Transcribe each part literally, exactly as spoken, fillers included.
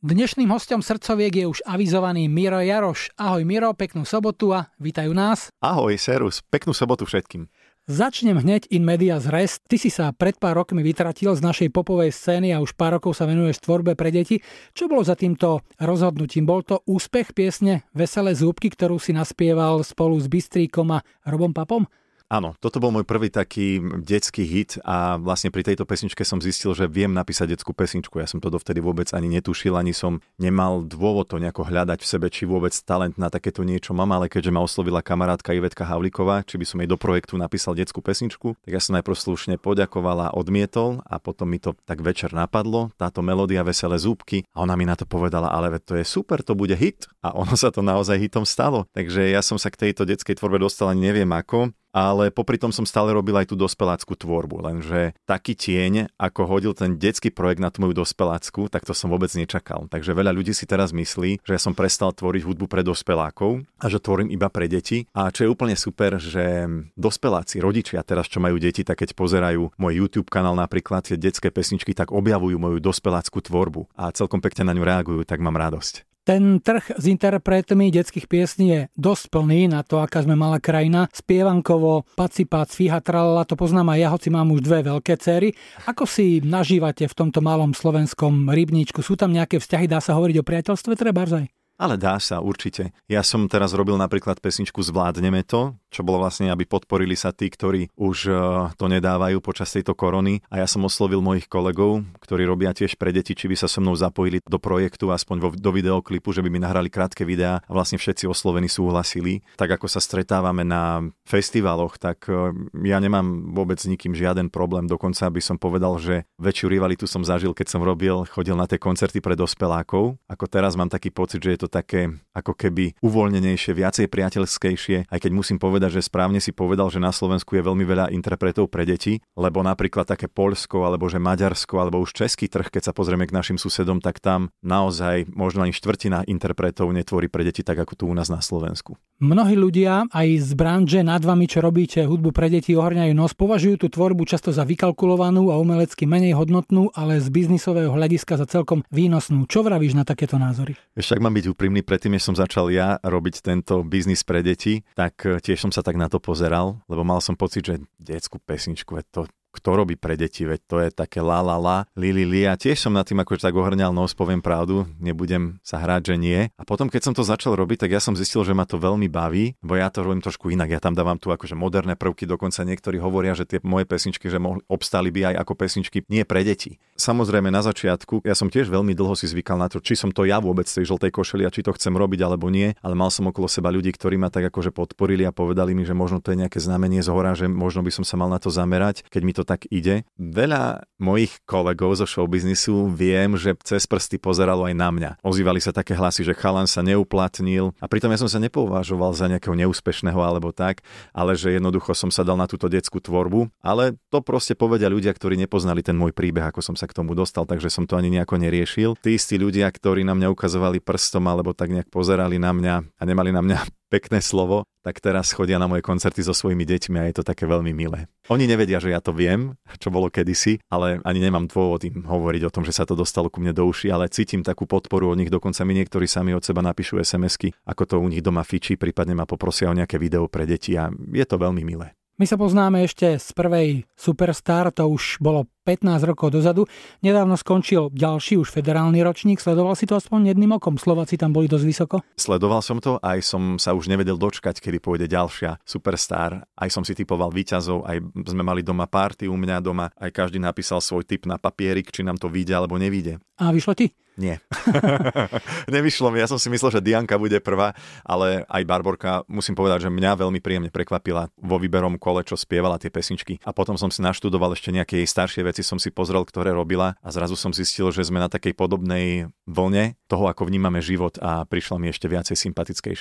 Dnešným hosťom Srdcoviek je už avizovaný Miro Jaroš. Ahoj Miro, peknú sobotu a vítajú nás. Ahoj, serus, peknú sobotu všetkým. Začnem hneď in medias res. Ty si sa pred pár rokmi vytratil z našej popovej scény a už pár rokov sa venuješ tvorbe pre deti. Čo bolo za týmto rozhodnutím? Bol to úspech piesne Veselé zúbky, ktorú si naspieval spolu s Bystríkom a Robom Papom? Áno, toto bol môj prvý taký detský hit a vlastne pri tejto pesničke som zistil, že viem napísať detskú pesničku. Ja som to dovtedy vôbec ani netušil, ani som nemal dôvod to nejako hľadať v sebe, či vôbec talent na takéto niečo mám, ale keďže ma oslovila kamarátka Ivetka Havlíková, či by som jej do projektu napísal detskú pesničku, tak ja som najprv slušne poďakoval a odmietol a potom mi to tak večer napadlo, táto melódia Veselé zúbky a ona mi na to povedala, ale to je super, to bude hit a ono sa to naozaj hitom stalo. Takže ja som sa k tejto detskej tvorbe dostal ani neviem ako. Ale popri tom som stále robil aj tú dospeláckú tvorbu, lenže taký tieň, ako hodil ten detský projekt na tú moju dospelácku, tak to som vôbec nečakal. Takže veľa ľudí si teraz myslí, že ja som prestal tvoriť hudbu pre dospelákov a že tvorím iba pre deti. A čo je úplne super, že dospeláci, rodičia teraz, čo majú deti, tak keď pozerajú môj YouTube kanál napríklad, tie detské pesničky, tak objavujú moju dospeláckú tvorbu a celkom pekne na ňu reagujú, tak mám radosť. Ten trh s interpretmi detských piesní je dosť plný na to, aká sme malá krajina. Spievankovo, pacipác, fíha, tralala, to poznám aj ja, hoci mám už dve veľké céry. Ako si nažívate v tomto malom slovenskom rybníčku? Sú tam nejaké vzťahy, dá sa hovoriť o priateľstve, treba aj? Ale dá sa, určite. Ja som teraz robil napríklad pesničku Zvládneme to, čo bolo vlastne, aby podporili sa tí, ktorí už to nedávajú počas tejto korony. A ja som oslovil mojich kolegov, ktorí robia tiež pre deti, či by sa so mnou zapojili do projektu, aspoň vo, do videoklipu, že by mi nahrali krátke videá a vlastne všetci oslovení súhlasili. Tak ako sa stretávame na festivaloch, tak ja nemám vôbec s nikým žiaden problém. Dokonca by som povedal, že väčšiu rivalitu som zažil, keď som robil, chodil na tie koncerty pre dospelákov. Ako teraz mám taký pocit, že je to také ako keby uvoľnenejšie, viacej priateľskejšie, aj keď musím povedať, že správne si povedal, že na Slovensku je veľmi veľa interpretov pre deti, lebo napríklad také Poľsko, alebo že Maďarsko, alebo už český trh, keď sa pozrieme k našim susedom, tak tam naozaj možno ani štvrtina interpretov netvorí pre deti tak, ako tu u nás na Slovensku. Mnohí ľudia aj z branže nad vami, čo robíte hudbu pre deti, ohrňajú nos, považujú tú tvorbu často za vykalkulovanú a umelecky menej hodnotnú, ale z biznisového hľadiska za celkom výnosnú. Čo vravíš na takéto názory? Ešte ak mám byť úprimný, predtým, než som začal ja robiť tento biznis pre deti, tak tiež som sa tak na to pozeral, lebo mal som pocit, že detskú pesničku je to, kto robí pre deti, veď to je také la la la, li li li a tiež som nad tým akože tak ohrňal nos, poviem pravdu, nebudem sa hrať, že nie. A potom, keď som to začal robiť, tak ja som zistil, že ma to veľmi baví, bo ja to robím trošku inak, ja tam dávam tu akože moderné prvky, dokonca niektorí hovoria, že tie moje pesničky, že mohli, obstáli by aj ako pesničky nie pre deti. Samozrejme na začiatku, ja som tiež veľmi dlho si zvykal na to, či som to ja vôbec z tej žltej košeli a či to chcem robiť alebo nie, ale mal som okolo seba ľudí, ktorí ma tak akože podporili a povedali mi, že možno to je nejaké znamenie zhora, že možno by som sa mal na to zamerať, keď mi to tak ide. Veľa mojich kolegov zo showbiznisu viem, že cez prsty pozeralo aj na mňa. Ozývali sa také hlasy, že chalan sa neuplatnil a pritom ja som sa nepovažoval za nejakého neúspešného alebo tak, ale že jednoducho som sa dal na túto detskú tvorbu, ale to proste povedia ľudia, ktorí nepoznali ten môj príbeh, ako som sa k tomu dostal, takže som to ani nejako neriešil. Tí istí ľudia, ktorí na mňa ukazovali prstom alebo tak nejak pozerali na mňa a nemali na mňa pekné slovo, tak teraz chodia na moje koncerty so svojimi deťmi a je to také veľmi milé. Oni nevedia, že ja to viem, čo bolo kedysi, ale ani nemám dôvod im hovoriť o tom, že sa to dostalo ku mne do uší, ale cítim takú podporu od nich, dokonca mi niektorí sami od seba napíšu es em esky, ako to u nich doma fičí, prípadne ma poprosia o nejaké video pre deti a je to veľmi milé. My sa poznáme ešte z prvej Superstar, to už bolo pätnásť rokov dozadu. Nedávno skončil ďalší už federálny ročník. Sledoval si to aspoň jedným okom? Slováci tam boli dosť vysoko? Sledoval som to, aj som sa už nevedel dočkať, kedy pôjde ďalšia Superstar. Aj som si typoval víťazov, aj sme mali doma party u mňa doma, aj každý napísal svoj tip na papierik, či nám to vyjde alebo nevyjde. A vyšlo ti? Nie. Nevyšlo mi, ja som si myslel, že Dianka bude prvá, ale aj Barborka, musím povedať, že mňa veľmi príjemne prekvapila vo výberom kole, čo spievala tie pesničky. A potom som si naštudoval ešte nejaké jej staršie veci, som si pozrel, ktoré robila a zrazu som zistil, že sme na takej podobnej vlne toho, ako vnímame život a prišla mi ešte viacej sympatickejšia.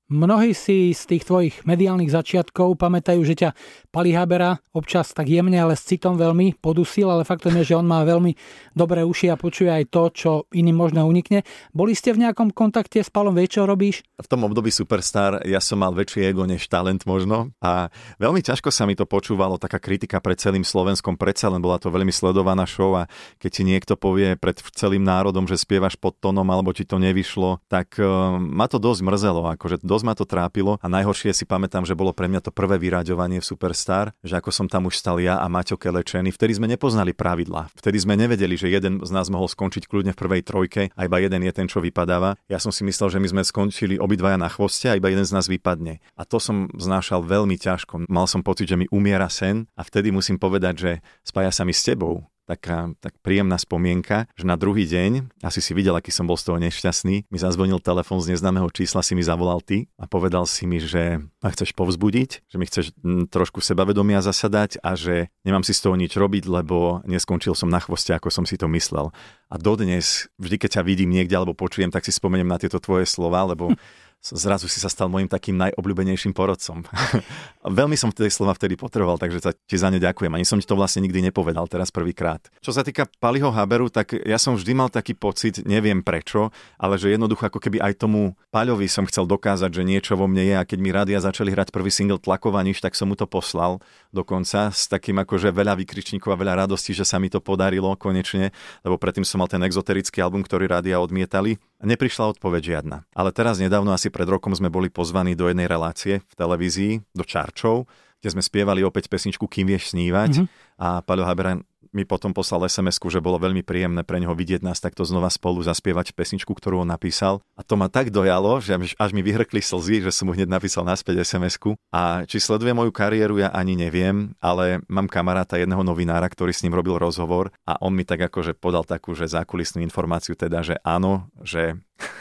Mnohí si z tých tvojich mediálnych začiatkov pamätajú, že ťa Pali Habera občas tak jemne, ale s citom veľmi podusil, ale faktom je, že on má veľmi dobré uši a počuje aj to, čo iným možno unikne. Boli ste v nejakom kontakte s Palom, vie, čo robíš? V tom období Superstar ja som mal väčšie ego než talent možno a veľmi ťažko sa mi to počúvalo, taká kritika pred celým Slovenskom, predsa len bola to veľmi sledovaná show a keď ti niekto povie pred celým národom, že spievaš pod tónom alebo ti to nevyšlo, tak uh, ma to dosť mrzelo, akože dosť ma to trápilo a najhoršie si pamätám, že bolo pre mňa to prvé vyraďovanie v Superstar, že ako som tam už stal ja a Maťo Kelečený, vtedy sme nepoznali pravidlá. Vtedy sme nevedeli, že jeden z nás mohol skončiť kľudne v prvej trojke a iba jeden je ten, čo vypadáva. Ja som si myslel, že my sme skončili obidvaja na chvoste a iba jeden z nás vypadne. A to som znášal veľmi ťažko. Mal som pocit, že mi umiera sen a vtedy musím povedať, že spája sa mi s tebou taká tak príjemná spomienka, že na druhý deň, asi si videl, aký som bol z toho nešťastný, mi zazvonil telefón z neznámeho čísla, si mi zavolal ty a povedal si mi, že ma chceš povzbudiť, že mi chceš m, trošku sebavedomia zasadať a že nemám si z toho nič robiť, lebo neskončil som na chvoste, ako som si to myslel. A dodnes, vždy keď ťa vidím niekde alebo počujem, tak si spomeniem na tieto tvoje slova, lebo zrazu si sa stal mojim takým najobľúbenejším porodcom. Veľmi som tie slova vtedy potreboval, takže sa ti za ne ďakujem. Ani som ti to vlastne nikdy nepovedal, teraz prvýkrát. Čo sa týka Paliho Haberu, tak ja som vždy mal taký pocit, neviem prečo, ale že jednoducho ako keby aj tomu Paľovi som chcel dokázať, že niečo vo mne je a keď mi rádia začali hrať prvý single Tlaková niž, tak som mu to poslal dokonca s takým akože veľa vykričníkov a veľa radostí, že sa mi to podarilo konečne, lebo predtým som mal ten exoterický album, ktorý rádia odmietali. A neprišla odpoveď žiadna. Ale teraz nedávno, asi pred rokom, sme boli pozvaní do jednej relácie v televízii, do Čarčov, kde sme spievali opäť pesničku Kým vieš snívať. Mm-hmm. A Paľo Habera mi potom poslal es em esku, že bolo veľmi príjemné pre neho vidieť nás takto znova spolu zaspievať pesničku, ktorú on napísal. A to ma tak dojalo, že až mi vyhrkli slzy, že som mu hneď napísal naspäť es em esku. A či sleduje moju kariéru, ja ani neviem, ale mám kamaráta, jedného novinára, ktorý s ním robil rozhovor a on mi tak akože podal takú, že zákulisnú informáciu teda, že áno, že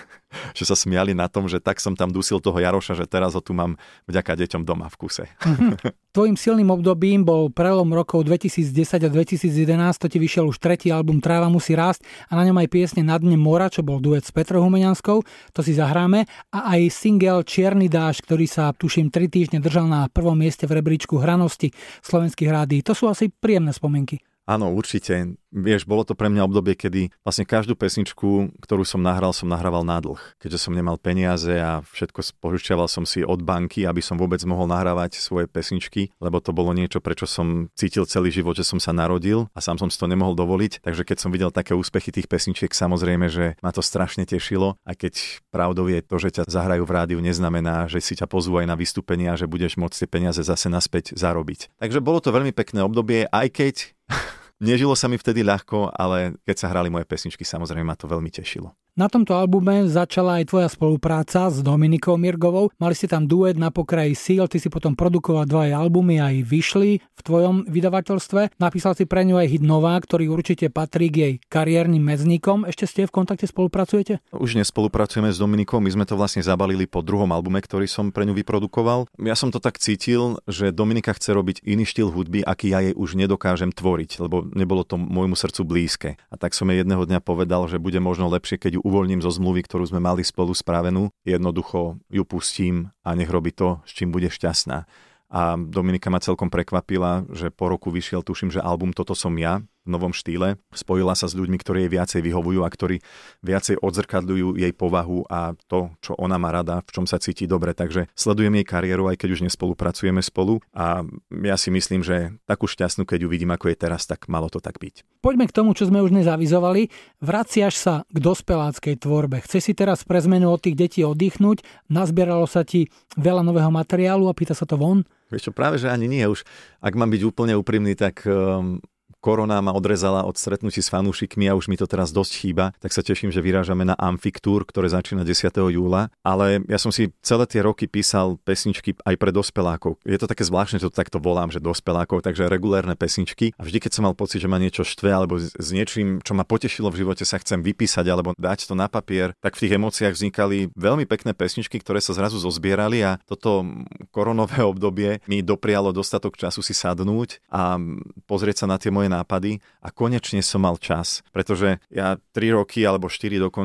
že sa smiali na tom, že tak som tam dusil toho Jaroša, že teraz ho tu mám vďaka deťom doma v kuse. Mm-hmm. Tvojím silným obdobím bol prelom rokov dvetisícdesať a dvetisícjedenásť, to ti vyšiel už tretí album Tráva musí rásť a na ňom aj piesne Na dne mora, čo bol duet s Petrou Humenianskou, to si zahráme, a aj single Čierny dážď, ktorý sa tuším tri týždne držal na prvom mieste v rebríčku hranosti slovenských rádií. To sú asi príjemné spomienky. Áno, určite. Vieš, bolo to pre mňa obdobie, kedy vlastne každú pesničku, ktorú som nahral, som nahrával na dlh. Keďže som nemal peniaze a všetko požičiaval som si od banky, aby som vôbec mohol nahrávať svoje pesničky, lebo to bolo niečo, prečo som cítil celý život, že som sa narodil a sám som si to nemohol dovoliť. Takže keď som videl také úspechy tých pesničiek, samozrejme, že ma to strašne tešilo. A keď pravdou je to, že ťa zahrajú v rádiu, neznamená, že si ťa pozvú aj na vystúpenia a že budeš môcť tie peniaze zase naspäť zarobiť. Takže bolo to veľmi pekné obdobie, aj keď nežilo sa mi vtedy ľahko, ale keď sa hrali moje pesničky, samozrejme ma to veľmi tešilo. Na tomto albume začala aj tvoja spolupráca s Dominikou Mirgovou. Mali ste tam duet Na pokraji síl, ty si potom produkoval dva albumy, aj vyšli v tvojom vydavateľstve. Napísal si pre ňu aj hit Nová, ktorý určite patrí k jej kariérnym medzníkom. Ešte ste v kontakte, spolupracujete? Už nespolupracujeme s Dominikou, my sme to vlastne zabalili po druhom albume, ktorý som pre ňu vyprodukoval. Ja som to tak cítil, že Dominika chce robiť iný štýl hudby, aký ja jej už nedokážem tvoriť, lebo nebolo to môjmu srdcu blízke. A tak som jej jedného dňa povedal, že bude možno lepšie, keď ju uvoľním zo zmluvy, ktorú sme mali spolu spravenú. Jednoducho ju pustím a nech robí to, s čím bude šťastná. A Dominika ma celkom prekvapila, že po roku vyšiel, tuším, že album Toto som ja v novom štýle. Spojila sa s ľuďmi, ktorí jej viacej vyhovujú a ktorí viacej odzrkadľujú jej povahu a to, čo ona má rada, v čom sa cíti dobre. Takže sledujem jej kariéru, aj keď už nespolupracujeme spolu. A ja si myslím, že takú šťastnú, keď ju vidím, ako je teraz, tak malo to tak byť. Poďme k tomu, čo sme už nezavizovali. Vraciaš sa k dospeláckej tvorbe. Chceš si teraz pre zmenu od tých detí oddychnúť? Nazbieralo sa ti veľa nového materiálu a pýta sa to von? Vieš čo, práve že ani nie. Už, ak mám byť úplne úprimný, tak um, korona ma odrezala od stretnutí s fanúšikmi a už mi to teraz dosť chýba, tak sa teším, že vyrážame na Amfiktúr, ktoré začína desiateho júla. Ale ja som si celé tie roky písal pesničky aj pre dospelákov. Je to také zvláštne, že to takto volám, že dospelákov, takže regulérne pesničky. A vždy, keď som mal pocit, že ma niečo štve alebo s niečím, čo ma potešilo v živote, sa chcem vypísať alebo dať to na papier, tak v tých emóciách vznikali veľmi pekné pesničky, ktoré sa zrazu zozbierali a toto koronové obdobie mi doprialo dostatok času si sadnúť a pozrieť sa na tie moje nápady a konečne som mal čas, pretože ja tri roky alebo štyri dokonca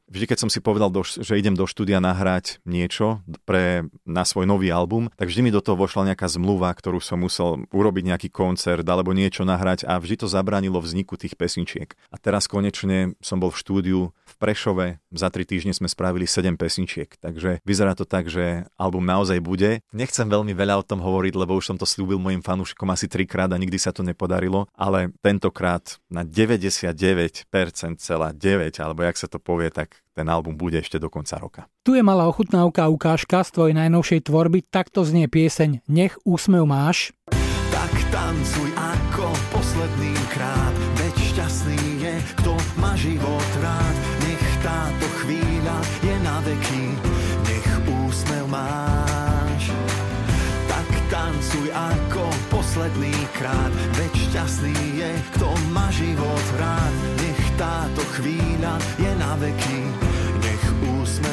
vždy, keď som si povedal, do, že idem do štúdia nahrať niečo pre, na svoj nový album, tak vždy mi do toho vošla nejaká zmluva, ktorú som musel urobiť nejaký koncert alebo niečo nahrať a vždy to zabránilo vzniku tých pesničiek. A teraz konečne som bol v štúdiu v Prešove, za tri týždne sme spravili sedem pesničiek, takže vyzerá to tak, že album naozaj bude. Nechcem veľmi veľa o tom hovoriť, lebo už som to slúbil mojim fanúšikom asi trikrát a nikdy sa to nepodarilo, ale tentokrát na deväťdesiatdeväť percent celá deväť, alebo jak sa to povie, tak ten album bude ešte do konca roka. Tu je malá ochutnávka ukážka z tvojej najnovšej tvorby, takto znie pieseň Nech úsmev máš. Tak tancuj ako posledný krát, veď šťastný je, kto má život rád. Nech táto chvíľa je na veky, nech úsmev máš. Tak tancuj ako posledný krát, veď šťastný je, kto má život rád. Nech táto chvíľa je na veky, nech úsmev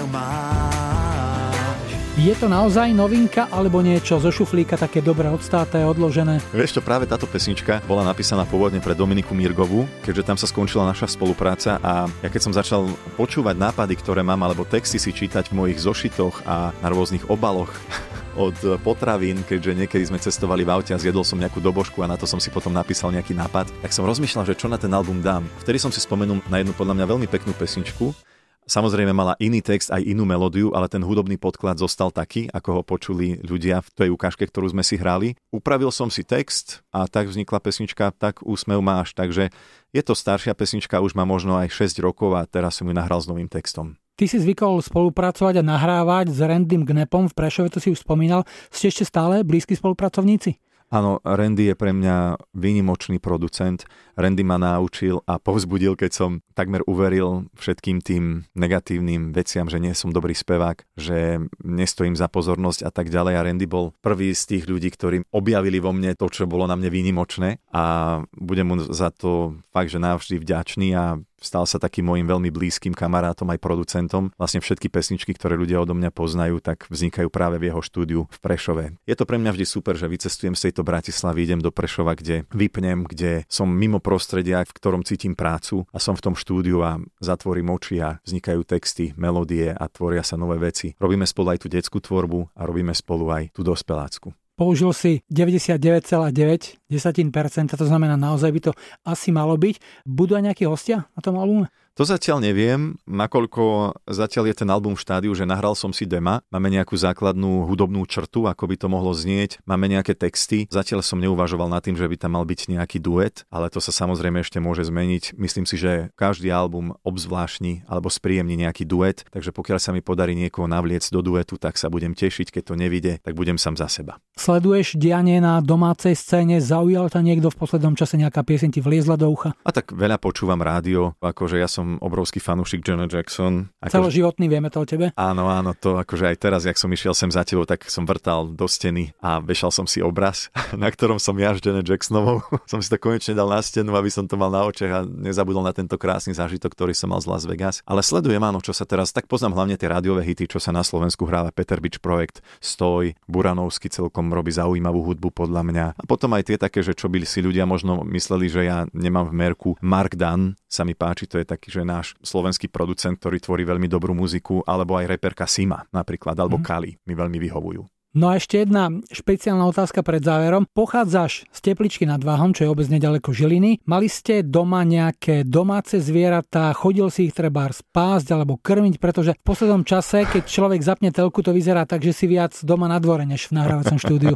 máš. Je to naozaj novinka, alebo niečo zo šuflíka také dobre odstáté, odložené? Vieš čo, práve táto pesnička bola napísaná pôvodne pre Dominiku Mirgovú, keďže tam sa skončila naša spolupráca a ja keď som začal počúvať nápady, ktoré mám, alebo texty si čítať v mojich zošitoch a na rôznych obaloch od potravín, keďže niekedy sme cestovali v aute a zjedol som nejakú dobožku a na to som si potom napísal nejaký nápad, tak som rozmýšľal, že čo na ten album dám. Vtedy som si spomenul na jednu podľa mňa veľmi peknú pesničku. Samozrejme mala iný text, aj inú melódiu, ale ten hudobný podklad zostal taký, ako ho počuli ľudia v tej ukážke, ktorú sme si hrali. Upravil som si text a tak vznikla pesnička Tak úsmev máš. Takže je to staršia pesnička, už má možno aj šesť rokov a teraz som ju nahral s novým textom. Ty si zvykol spolupracovať a nahrávať s Randym Gnepom v Prešove, to si už spomínal. Ste ešte stále blízki spolupracovníci? Áno, Randy je pre mňa výnimočný producent. Randy ma naučil a povzbudil, keď som takmer uveril všetkým tým negatívnym veciam, že nie som dobrý spevák, že nestojím za pozornosť a tak ďalej. A Randy bol prvý z tých ľudí, ktorí objavili vo mne to, čo bolo na mne výnimočné a budem mu za to fakt, že navždy vďačný a stal sa takým môjim veľmi blízkym kamarátom aj producentom. Vlastne všetky pesničky, ktoré ľudia odo mňa poznajú, tak vznikajú práve v jeho štúdiu v Prešove. Je to pre mňa vždy super, že vycestujem z tejto Bratislavy, idem do Prešova, kde vypnem, kde som mimo prostredia, v ktorom cítim prácu a som v tom štúdiu a zatvorím oči a vznikajú texty, melódie a tvoria sa nové veci. Robíme spolu aj tú detskú tvorbu a robíme spolu aj tú dospelácku. Použil si deväťdesiatdeväť celá deväť percent, to znamená naozaj by to asi malo byť. Budú aj nejakí hostia na tom albume? To zatiaľ neviem, nakoľko zatiaľ je ten album v štádiu, že nahral som si dema, máme nejakú základnú hudobnú črtu, ako by to mohlo znieť, máme nejaké texty, zatiaľ som neuvažoval nad tým, že by tam mal byť nejaký duet, ale to sa samozrejme ešte môže zmeniť. Myslím si, že každý album obzvláštni alebo spríjemní nejaký duet, takže pokiaľ sa mi podarí niekoho navliecť do duetu, tak sa budem tešiť, keď to nevyjde, tak budem sám za seba. Sleduješ dianie na domácej scéne, zaujal ťa niekto v poslednom čase, nejaká pieseň ti vliezla do ucha? A tak veľa počúvam rádio, akože ja som obrovský fanúšik Janet Jackson. Ako... Celoživotný, vieme to o tebe? Áno, áno, to akože aj teraz, jak som išiel sem za tebou, tak som vrtal do steny a vešal som si obraz, na ktorom som ja s Janet Jacksonovou. Som si to konečne dal na stenu, aby som to mal na očiach a nezabudol na tento krásny zážitok, ktorý som mal z Las Vegas. Ale sledujem, áno, čo sa teraz, tak poznám hlavne tie rádiové hity, čo sa na Slovensku hráva. Peter Bič projekt, Stoj, Buranovský celkom robí zaujímavú hudbu podľa mňa. A potom aj tie také, že čo by si ľudia možno mysleli, že ja nemám v merku. Mark Dunn sa mi páči, to je taký, že náš slovenský producent, ktorý tvorí veľmi dobrú muziku, alebo aj reperka Sima napríklad, alebo mm. Kali mi veľmi vyhovujú. No a ešte jedna špeciálna otázka pred záverom. Pochádzaš z Tepličky nad Váhom, čo je obec nedaleko Žiliny. Mali ste doma nejaké domáce zvieratá, chodil si ich trebárs pásť alebo krmiť, pretože v poslednom čase, keď človek zapne telku, to vyzerá tak, že si viac doma na dvore, než v nahrávacom štúdiu.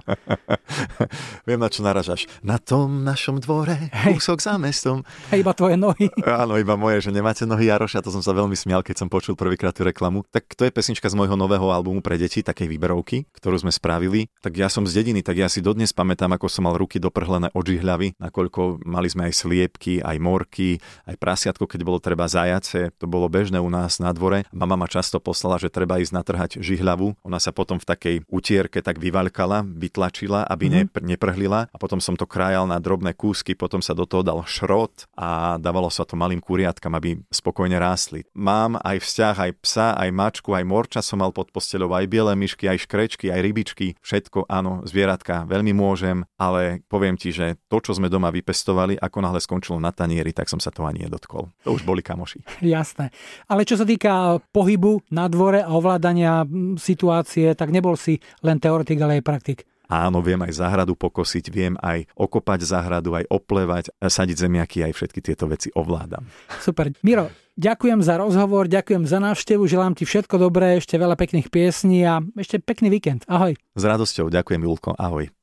Viem, na čo naražaš. Na tom našom dvore, kúsok za mestom. A iba tvoje nohy. Áno, iba moje, že nemáte nohy, Jaroša, to som sa veľmi smial, keď som počul prvýkrát tú reklamu. Tak to je pesnička z môjho nového albumu pre deti, takej výberovky, ktorú sme spravili. Tak ja som z dediny, tak ja si dodnes pamätám, ako som mal ruky doprhlené od žihľavy, nakoľko mali sme aj sliepky, aj morky, aj prasiatko, keď bolo treba zajace. To bolo bežné u nás na dvore. Mama ma často poslala, že treba ísť natrhať žihľavu. Ona sa potom v takej utierke tak vyvaľkala, vytlačila, aby mm-hmm. nepr- neprhlila a potom som to krájal na drobné kúsky, potom sa do toho dal šrot a dávalo sa to malým kuriatkam, aby spokojne rástli. Mám aj vzťah, aj psa, aj mačku, aj morča som mal pod posteľou, aj biele myšky, aj škrečky, aj rybičky, všetko, áno, zvieratka veľmi môžem, ale poviem ti, že to, čo sme doma vypestovali, ako náhle skončilo na tanieri, tak som sa to ani nedotkol. To už boli kamoši. Jasné. Ale čo sa týka pohybu na dvore a ovládania situácie, tak nebol si len teoretik, ale aj praktik. Áno, viem aj záhradu pokosiť, viem aj okopať záhradu, aj oplevať, sadiť zemiaky, aj všetky tieto veci ovládam. Super. Miro, ďakujem za rozhovor, ďakujem za návštevu, želám ti všetko dobré, ešte veľa pekných piesní a ešte pekný víkend. Ahoj. S radosťou, ďakujem, Julko, ahoj.